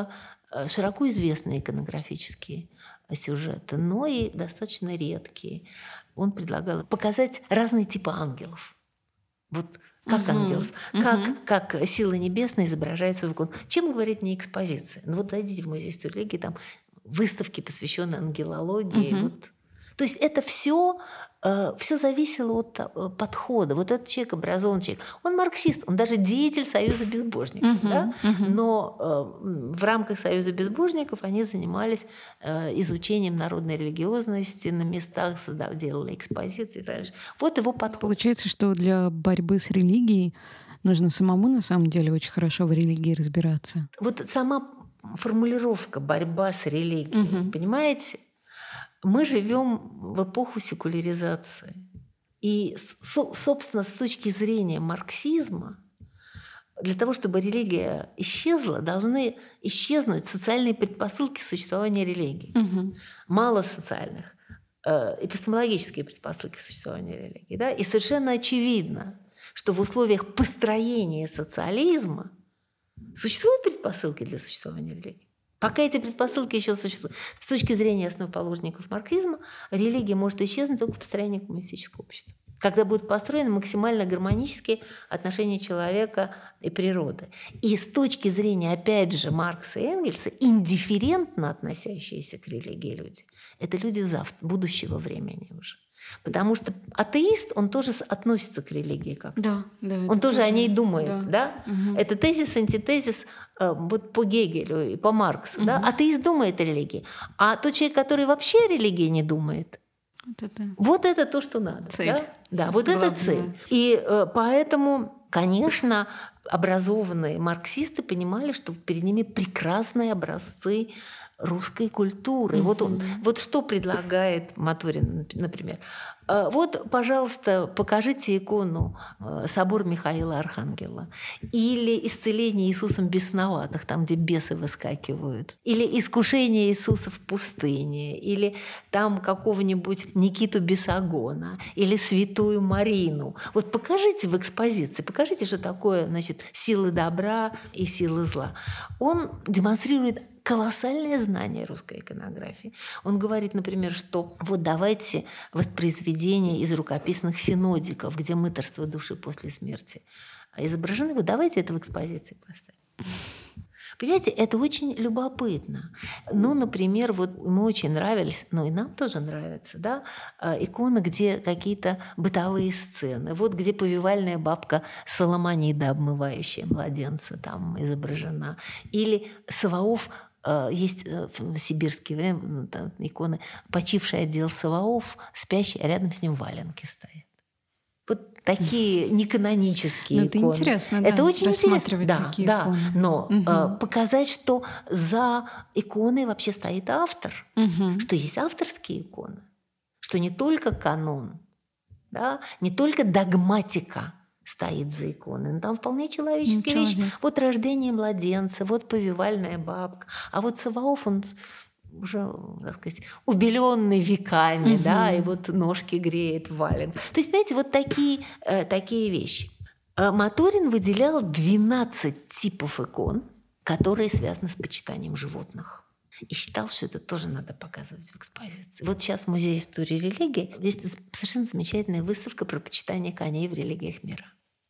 широко известные иконографические сюжеты, но и достаточно редкие. Он предлагал показать разные типы ангелов. Вот как uh-huh. ангелов, uh-huh. как, как сила небесная изображается в иконах. Чем говорит не экспозиция? Ну вот зайдите в музей истории религии, там выставки, посвященные ангелологии. Uh-huh. Вот. То есть это все, э, все зависело от э, подхода. Вот этот человек, образованный человек, он марксист, он даже деятель Союза безбожников. Uh-huh. Да? Uh-huh. Но э, в рамках Союза безбожников они занимались э, изучением народной религиозности, на местах делали экспозиции и так далее. Вот его подход. Получается, что для борьбы с религией нужно самому на самом деле очень хорошо в религии разбираться. Вот сама формулировка «борьба с религией», Uh-huh. понимаете? Мы живем в эпоху секуляризации. И, собственно, с точки зрения марксизма, для того, чтобы религия исчезла, должны исчезнуть социальные предпосылки существования религии. Угу. Мало социальных, э, эпистемологические предпосылки существования религии. Да? И совершенно очевидно, что в условиях построения социализма существуют предпосылки для существования религии. Пока эти предпосылки еще существуют. С точки зрения основоположников марксизма, религия может исчезнуть только в построении коммунистического общества. Когда будут построены максимально гармонические отношения человека и природы. И с точки зрения, опять же, Маркса и Энгельса, индифферентно относящиеся к религии люди – это люди завтра, будущего времени уже. Потому что атеист, он тоже относится к религии как-то. Да, да, он тоже, тоже о ней думает. Да. Да? Угу. Это тезис, антитезис э, вот по Гегелю и по Марксу. Угу. Да? Атеист думает о религии. А тот человек, который вообще о религии не думает, вот это, вот это то, что надо. Цель. Да, да вот Главное. Это цель. И э, поэтому, конечно, образованные марксисты понимали, что перед ними прекрасные образцы русской культуры. Mm-hmm. Вот, он, вот что предлагает Моторин, например. Вот, пожалуйста, покажите икону «Собор Михаила Архангела». Или «Исцеление Иисусом бесноватых», там, где бесы выскакивают. Или «Искушение Иисуса в пустыне». Или там какого-нибудь Никиту Бесогона. Или «Святую Марину». Вот покажите в экспозиции, покажите, что такое, значит, силы добра и силы зла. Он демонстрирует колоссальное знание русской иконографии. Он говорит, например, что вот давайте воспроизведение из рукописных синодиков, где мытарство души после смерти изображены. Вот давайте это в экспозиции поставим. Понимаете, это очень любопытно. Ну, например, вот ему очень нравились, ну и нам тоже нравятся, да, иконы, где какие-то бытовые сцены. Вот где повивальная бабка Соломонида, обмывающая младенца, там изображена. Или Саваоф. Есть в сибирские время там, иконы «Почивший отдел Саваоф», спящий, а рядом с ним валенки стоят. Вот такие неканонические иконы. Это интересно, да, это очень интересно. Да, такие да. иконы. Но угу. показать, что за иконой вообще стоит автор, угу. что есть авторские иконы, что не только канон, да, не только догматика стоит за иконой. Но там вполне человеческие Ничего вещи. нет. Вот рождение младенца, вот повивальная бабка. А вот Саваоф, он уже, так сказать, убеленный веками, угу. да, и вот ножки греет в валенках. То есть, понимаете, вот такие, э, такие вещи. Моторин выделял двенадцать типов икон, которые связаны с почитанием животных. И считал, что это тоже надо показывать в экспозиции. Вот сейчас в Музее истории религии есть совершенно замечательная выставка про почитание коней в религиях мира.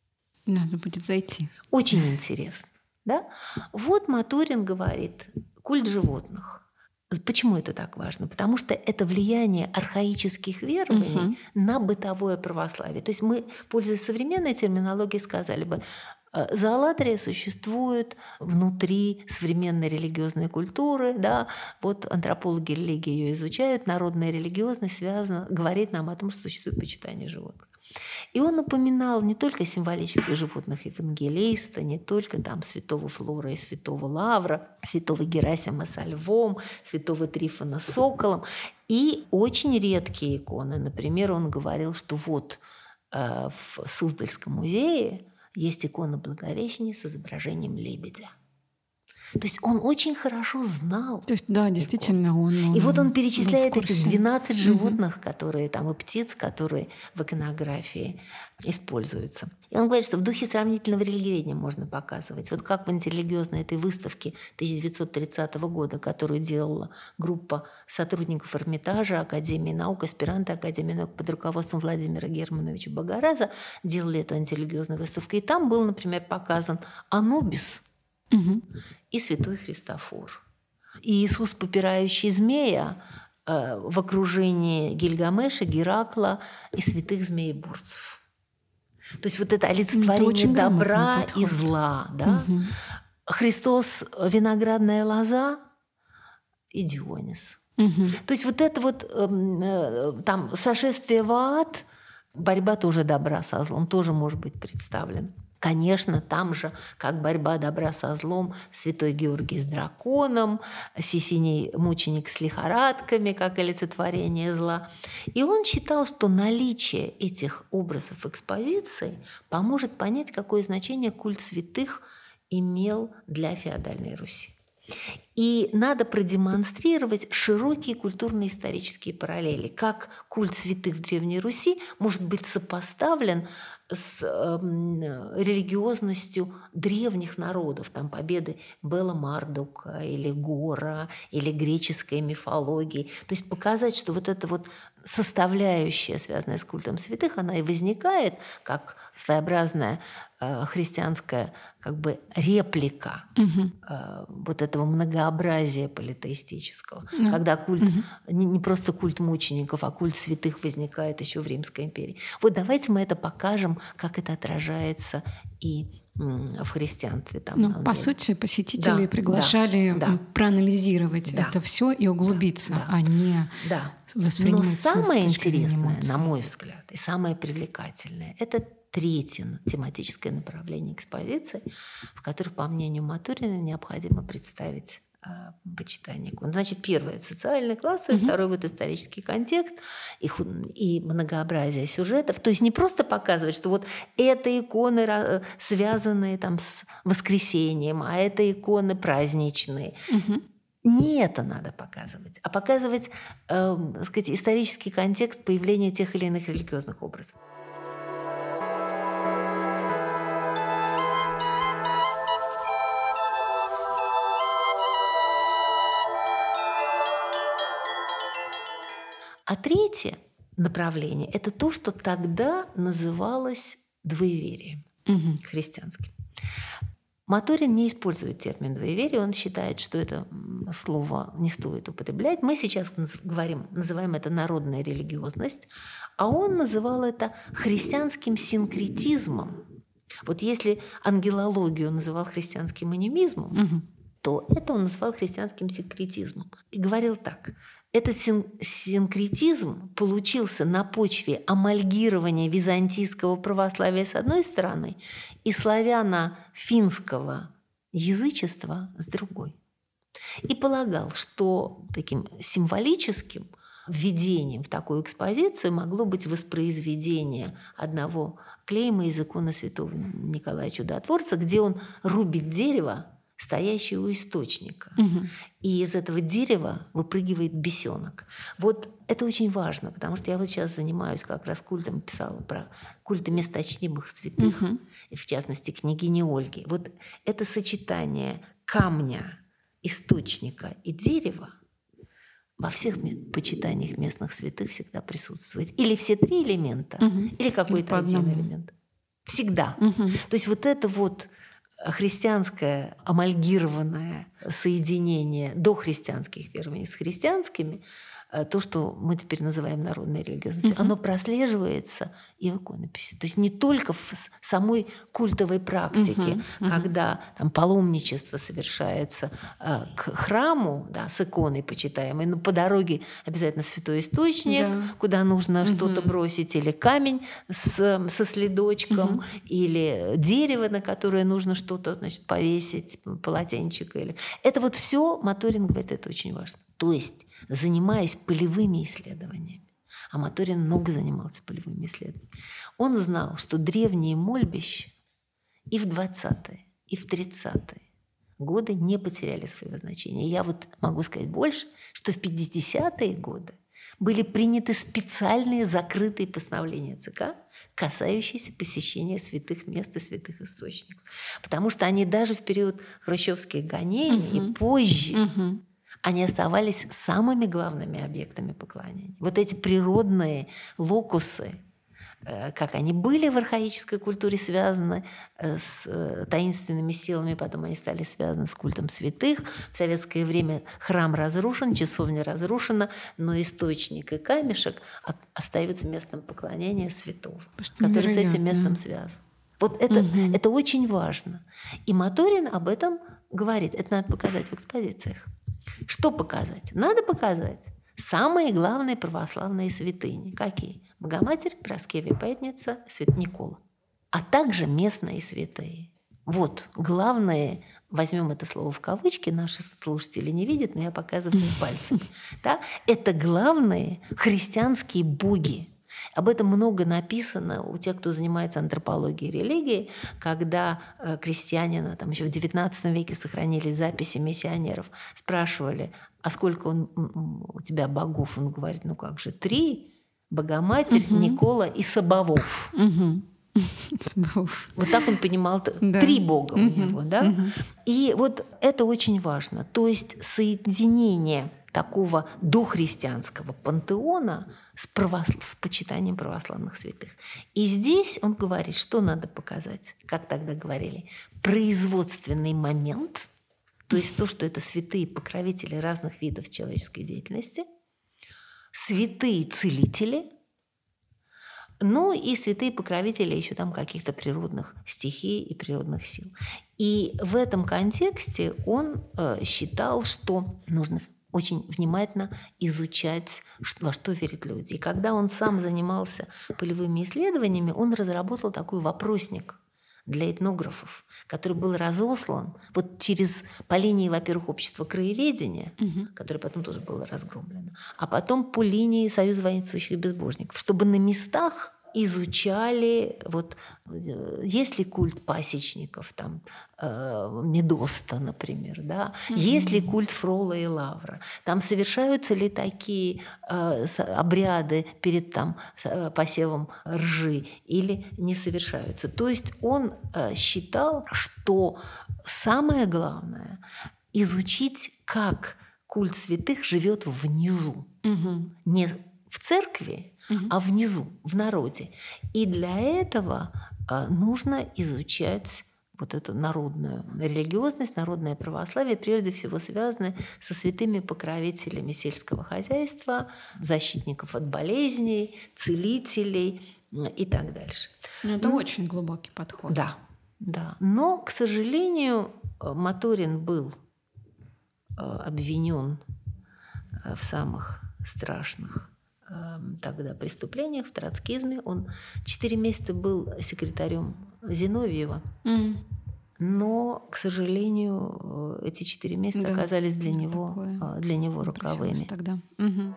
Надо будет зайти. Очень интересно. Да? Вот Моторин говорит, культ животных. Почему это так важно? Потому что это влияние архаических верований угу. на бытовое православие. То есть мы, пользуясь современной терминологией, сказали бы, зоолатрия существует внутри современной религиозной культуры. Да? Вот антропологи религии ее изучают, народная религиозность связана, говорит нам о том, что существует почитание животных. И он упоминал не только символических животных евангелиста, не только там святого Флора и святого Лавра, святого Герасима со львом, святого Трифона с соколом, и очень редкие иконы. Например, он говорил, что вот э, в Суздальском музее есть икона Благовещения с изображением лебедя. То есть он очень хорошо знал. То есть, да, действительно, он, он... И вот он перечисляет он эти двенадцать животных, угу. которые там, и птиц, которые в иконографии используются. И он говорит, что в духе сравнительного религиоведения можно показывать. Вот как в антирелигиозной этой выставке тысяча девятьсот тридцатого года, которую делала группа сотрудников Эрмитажа, Академии наук, аспиранты Академии наук под руководством Владимира Германовича Багараза, делали эту антирелигиозную выставку. И там был, например, показан Анубис угу. и святой Христофор. И Иисус, попирающий змея э, в окружении Гильгамеша, Геракла и святых змееборцев. То есть вот это олицетворение это добра и зла. Да? Угу. Христос – виноградная лоза и Дионис. Угу. То есть вот это вот э, э, там сошествие в ад, борьба тоже добра со злом, тоже может быть представлена. Конечно, там же, как борьба добра со злом, святой Георгий с драконом, Сисиний мученик с лихорадками, как олицетворение зла. И он считал, что наличие этих образов экспозиции поможет понять, какое значение культ святых имел для феодальной Руси. И надо продемонстрировать широкие культурно-исторические параллели, как культ святых в Древней Руси может быть сопоставлен с э, религиозностью древних народов, там победы Бела Мардука или Гора, или греческой мифологии. То есть показать, что вот эта вот составляющая, связанная с культом святых, она и возникает как своеобразная э, христианская как бы реплика угу. э, вот этого многообразия политеистического, ну, когда культ, угу. не, не просто культ мучеников, а культ святых возникает еще в Римской империи. Вот давайте мы это покажем, как это отражается и в христианстве. Там, ну, на, по сути, посетители да, приглашали да, проанализировать да, это все и углубиться, да, а не да. воспринимать. Но самое интересное, на мой взгляд, и самое привлекательное – это третье тематическое направление экспозиции, в которых, по мнению Матурина, необходимо представить э, почитание икон. Значит, первое – социальный класс, и угу. второй – вот исторический контекст и, и многообразие сюжетов. То есть не просто показывать, что вот это иконы, связанные там с воскресением, а это иконы праздничные. Угу. Не это надо показывать, а показывать э, так сказать, исторический контекст появления тех или иных религиозных образов. А третье направление – это то, что тогда называлось двоеверием угу. христианским. Моторин не использует термин «двоеверие», он считает, что это слово не стоит употреблять. Мы сейчас говорим, называем это народная религиозность, а он называл это христианским синкретизмом. Вот если ангелологию называл христианским анимизмом, угу. то это он называл христианским синкретизмом. И говорил так: этот син- синкретизм получился на почве амальгирования византийского православия с одной стороны и славяно-финского язычества с другой. И полагал, что таким символическим введением в такую экспозицию могло быть воспроизведение одного клейма из иконы святого Николая Чудотворца, где он рубит дерево, стоящий у источника. Угу. И из этого дерева выпрыгивает бесенок. Вот это очень важно, потому что я вот сейчас занимаюсь как раз культом, писала про культы месточнимых святых, угу. и в частности княгини Ольги. Вот это сочетание камня, источника и дерева во всех почитаниях местных святых всегда присутствует. Или все три элемента, угу. или какой-то один элемент. Всегда. Угу. То есть вот это вот христианское амальгированное соединение дохристианских верований с христианскими, то, что мы теперь называем народной религиозностью, uh-huh. оно прослеживается и в иконописи. То есть не только в самой культовой практике, uh-huh. Uh-huh. когда там, паломничество совершается э, к храму, да, с иконой почитаемой, но по дороге обязательно святой источник, yeah. куда нужно uh-huh. что-то бросить, или камень с, со следочком, uh-huh. или дерево, на которое нужно что-то, значит, повесить, полотенчик. Или... Это вот все, Моторин говорит, это очень важно. То есть, занимаясь полевыми исследованиями, а Моторин много занимался полевыми исследованиями, он знал, что древние мольбища и в двадцатые, и в тридцатые годы не потеряли своего значения. И я вот могу сказать больше, что в пятидесятые годы были приняты специальные закрытые постановления ЦК, касающиеся посещения святых мест и святых источников. Потому что они даже в период хрущевских гонений угу. и позже угу. они оставались самыми главными объектами поклонения. Вот эти природные локусы, как они были в архаической культуре связаны с таинственными силами, потом они стали связаны с культом святых. В советское время храм разрушен, часовня разрушена, но источник и камешек остаются местом поклонения святого, который с этим местом связан. Вот это, угу. это очень важно. И Моторин об этом говорит. Это надо показать в экспозициях. Что показать? Надо показать самые главные православные святыни. Какие? Богоматерь, Параскевья Пятница, Свят Никола. А также местные святые. Вот главные, возьмем это слово в кавычки, наши слушатели не видят, но я показываю пальцами. Да? Это главные христианские боги. Об этом много написано у тех, кто занимается антропологией религии, когда э, крестьянина, там еще в девятнадцатом веке сохранились записи миссионеров, спрашивали, а сколько он, у тебя богов? Он говорит, ну как же, три. Богоматерь, угу. Никола и Сабовов. Угу. Сабовов. Вот так он понимал, да. Три бога угу. у него. Да? Угу. И вот это очень важно. То есть соединение такого дохристианского пантеона с, правосл... с почитанием православных святых. И здесь он говорит, что надо показать, как тогда говорили, производственный момент, то есть то, что это святые покровители разных видов человеческой деятельности, святые целители, ну и святые покровители еще там каких-то природных стихий и природных сил. И в этом контексте он э, считал, что нужно очень внимательно изучать, во что верят люди. И когда он сам занимался полевыми исследованиями, он разработал такой вопросник для этнографов, который был разослан вот через, по линии, во-первых, общества краеведения, угу. которое потом тоже было разгромлено, а потом по линии Союза воинствующих безбожников, чтобы на местах изучали, вот, есть ли культ пасечников, там, э, Медоста, например, да? Mm-hmm. Есть ли культ Фрола и Лавра, там совершаются ли такие э, обряды перед там, посевом ржи или не совершаются. То есть он э, считал, что самое главное – изучить, как культ святых живет внизу, mm-hmm. не в церкви, угу. а внизу, в народе. И для этого а, нужно изучать вот эту народную религиозность, народное православие, прежде всего связанное со святыми покровителями сельского хозяйства, защитников от болезней, целителей и так дальше. Ну, это ну, очень глубокий подход. Да, да. Но, к сожалению, Моторин был обвинен в самых страшных тогда преступлениях, в троцкизме. Он четыре месяца был секретарем Зиновьева. Mm. Но, к сожалению, эти четыре месяца да, оказались для него, для него роковыми. Тогда. Угу.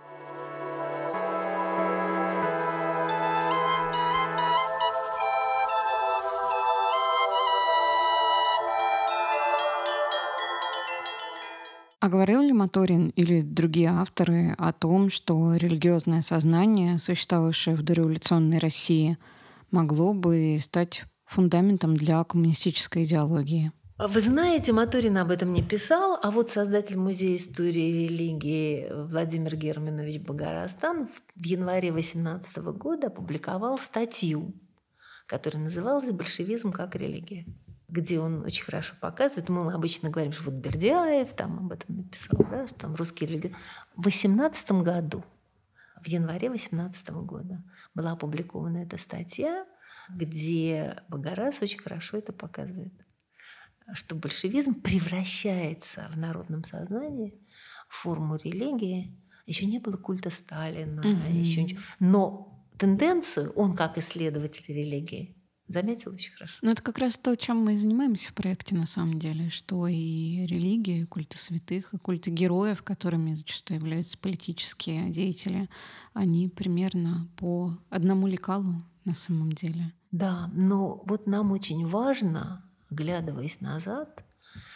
А говорил ли Моторин или другие авторы о том, что религиозное сознание, существовавшее в дореволюционной России, могло бы стать фундаментом для коммунистической идеологии? Вы знаете, Моторин об этом не писал, а вот создатель Музея истории и религии Владимир Германович Богорастан в январе две тысячи восемнадцатого года опубликовал статью, которая называлась «Большевизм как религия», где он очень хорошо показывает. Мы обычно говорим, что вот Бердяев там об этом написал, да, что там русские религии. В восемнадцатом году, в январе восемнадцатого года была опубликована эта статья, где Богораз очень хорошо это показывает, что большевизм превращается в народном сознании в форму религии. Еще не было культа Сталина, mm-hmm. еще ничего. Но тенденцию он, как исследователь религии, заметил очень хорошо. Ну, это как раз то, чем мы и занимаемся в проекте на самом деле, что и религия, и культы святых, и культы героев, которыми зачастую являются политические деятели, они примерно по одному лекалу на самом деле. Да, но вот нам очень важно, оглядываясь назад,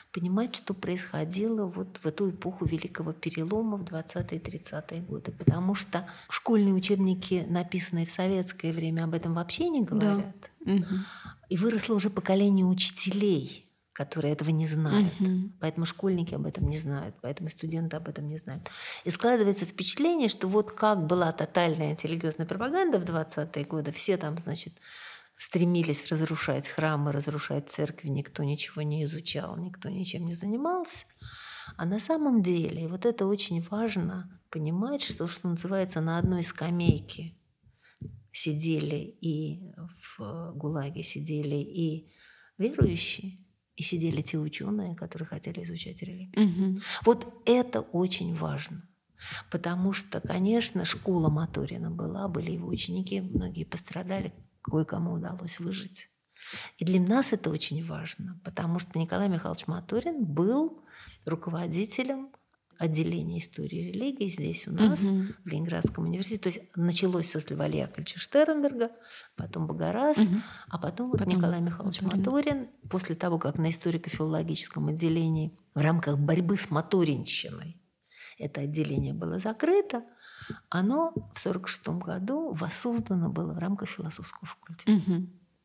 понимать, что происходило вот в эту эпоху Великого перелома в двадцатые-тридцатые годы. Потому что школьные учебники, написанные в советское время, об этом вообще не говорят. Да. Угу. И выросло уже поколение учителей, которые этого не знают. Угу. Поэтому школьники об этом не знают, поэтому студенты об этом не знают. И складывается впечатление, что вот как была тотальная антирелигиозная пропаганда в двадцатые годы, все там, значит, стремились разрушать храмы, разрушать церкви, никто ничего не изучал, никто ничем не занимался. А на самом деле, и вот это очень важно понимать, что, что называется, на одной скамейке сидели и в ГУЛАГе сидели и верующие, и сидели те ученые, которые хотели изучать религию. Угу. Вот это очень важно. Потому что, конечно, школа Моторина была, были его ученики, многие пострадали, кое-кому удалось выжить. И для нас это очень важно, потому что Николай Михайлович Моторин был руководителем отделения истории религии здесь у нас, угу. в Ленинградском университете. То есть началось все с Льва Яковлевича Штернберга, потом Богораз, угу. а потом, вот потом Николай Михайлович Моторин. Моторин. После того, как на историко-филологическом отделении в рамках борьбы с моторинщиной это отделение было закрыто, оно в сорок шестом году воссоздано было в рамках философского факультета. Угу.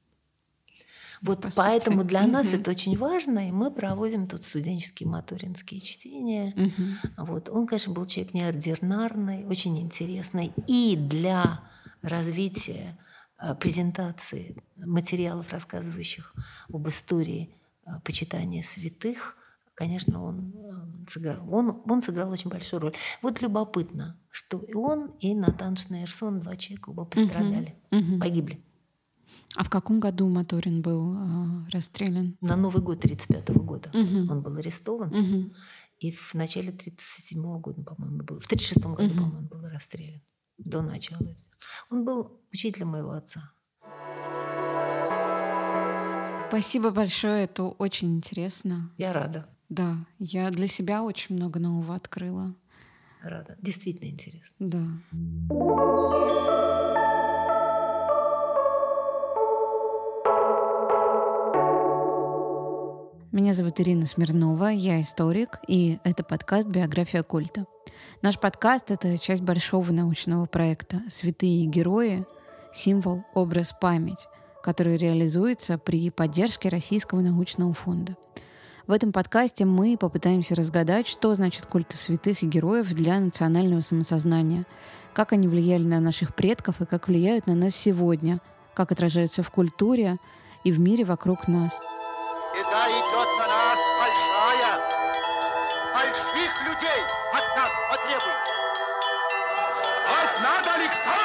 Вот По поэтому сути. для Угу. нас это очень важно, и мы проводим тут студенческие моторинские чтения. Угу. Вот. Он, конечно, был человек неординарный, очень интересный. И для развития э, презентации материалов, рассказывающих об истории э, почитания святых, конечно, он, э, сыграл, он, он сыграл очень большую роль. Вот любопытно, что и он, и Натан Шнейерсон, два человека, оба пострадали, Угу. погибли. А в каком году Моторин был э, расстрелян? На Новый год тридцать пятого года Угу. он был арестован. Угу. И в начале тридцать седьмого года, по-моему, был. В тридцать шестом году, Угу. по-моему, был расстрелян. До начала. Он был учителем моего отца. Спасибо большое, это очень интересно. Я рада. Да, я для себя очень много нового открыла. Рада. Действительно интересно. Да. Меня зовут Ирина Смирнова, я историк, и это подкаст «Биография культа». Наш подкаст — это часть большого научного проекта «Святые герои. Символ, образ, память», который реализуется при поддержке Российского научного фонда. В этом подкасте мы попытаемся разгадать, что значит культы святых и героев для национального самосознания, как они влияли на наших предков и как влияют на нас сегодня, как отражаются в культуре и в мире вокруг нас. Беда идет на нас большая. Больших людей от нас потребует. Спать надо, Александр!